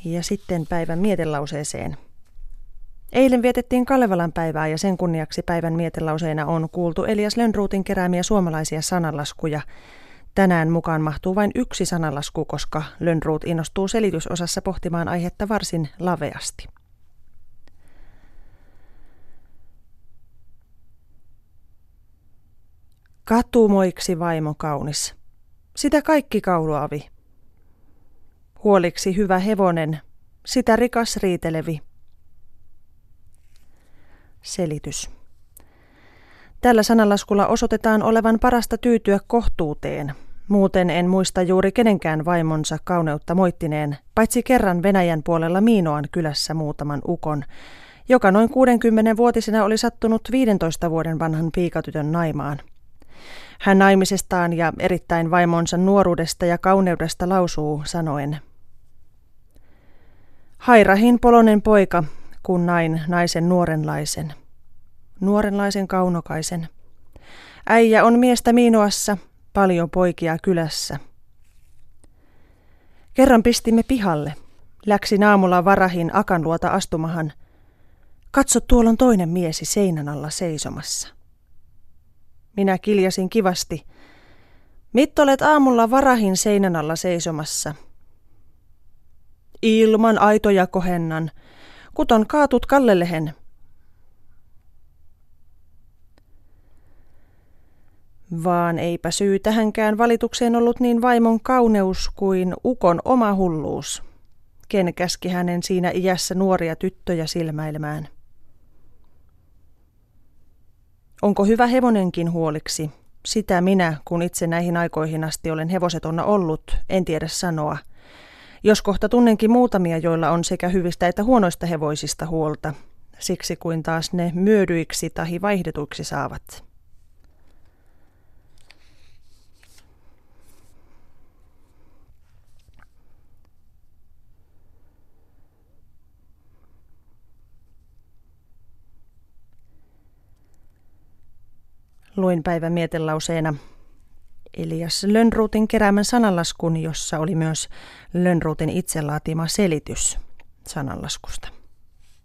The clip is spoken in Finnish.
Ja sitten päivän mietelauseeseen. Eilen vietettiin Kalevalan päivää ja sen kunniaksi päivän mietelauseena on kuultu Elias Lönnrothin keräämiä suomalaisia sananlaskuja. Tänään mukaan mahtuu vain yksi sananlasku, koska Lönnroth innostuu selitysosassa pohtimaan aihetta varsin laveasti. Katumoiksi vaimo kaunis. Sitä kaikki kauluavi. Huoliksi hyvä hevonen. Sitä rikas riitelevi. Selitys. Tällä sananlaskulla osoitetaan olevan parasta tyytyä kohtuuteen. Muuten en muista juuri kenenkään vaimonsa kauneutta moittineen, paitsi kerran Venäjän puolella Miinoan kylässä muutaman ukon, joka noin 60-vuotisena oli sattunut 15 vuoden vanhan piikatytön naimaan. Hän naimisestaan ja erittäin vaimonsa nuoruudesta ja kauneudesta lausuu sanoen: Hairahin polonen poika, kun nain naisen nuorenlaisen kaunokaisen. Äijä on miestä Miinoassa, paljon poikia kylässä. Kerran pistimme pihalle. Läksin aamulla varahin akan luota astumahan. Katso, tuolla on toinen miesi seinän alla seisomassa. Minä kiljasin kivasti. Mit olet aamulla varahin seinän alla seisomassa? Ilman aitoja kohennan. Kuton kaatut kallellehen. Vaan eipä syy tähänkään valitukseen ollut niin vaimon kauneus kuin ukon oma hulluus. Ken käski hänen siinä iässä nuoria tyttöjä silmäilemään. Onko hyvä hevonenkin huoliksi? Sitä minä, kun itse näihin aikoihin asti olen hevosetonna ollut, en tiedä sanoa. Jos kohta tunnenkin muutamia, joilla on sekä hyvistä että huonoista hevosista huolta, siksi kuin taas ne myödyiksi tahi vaihdetuiksi saavat. Luin päivän mietelauseena Elias Lönnrothin keräämän sananlaskun, jossa oli myös Lönnrothin itse laatima selitys sananlaskusta.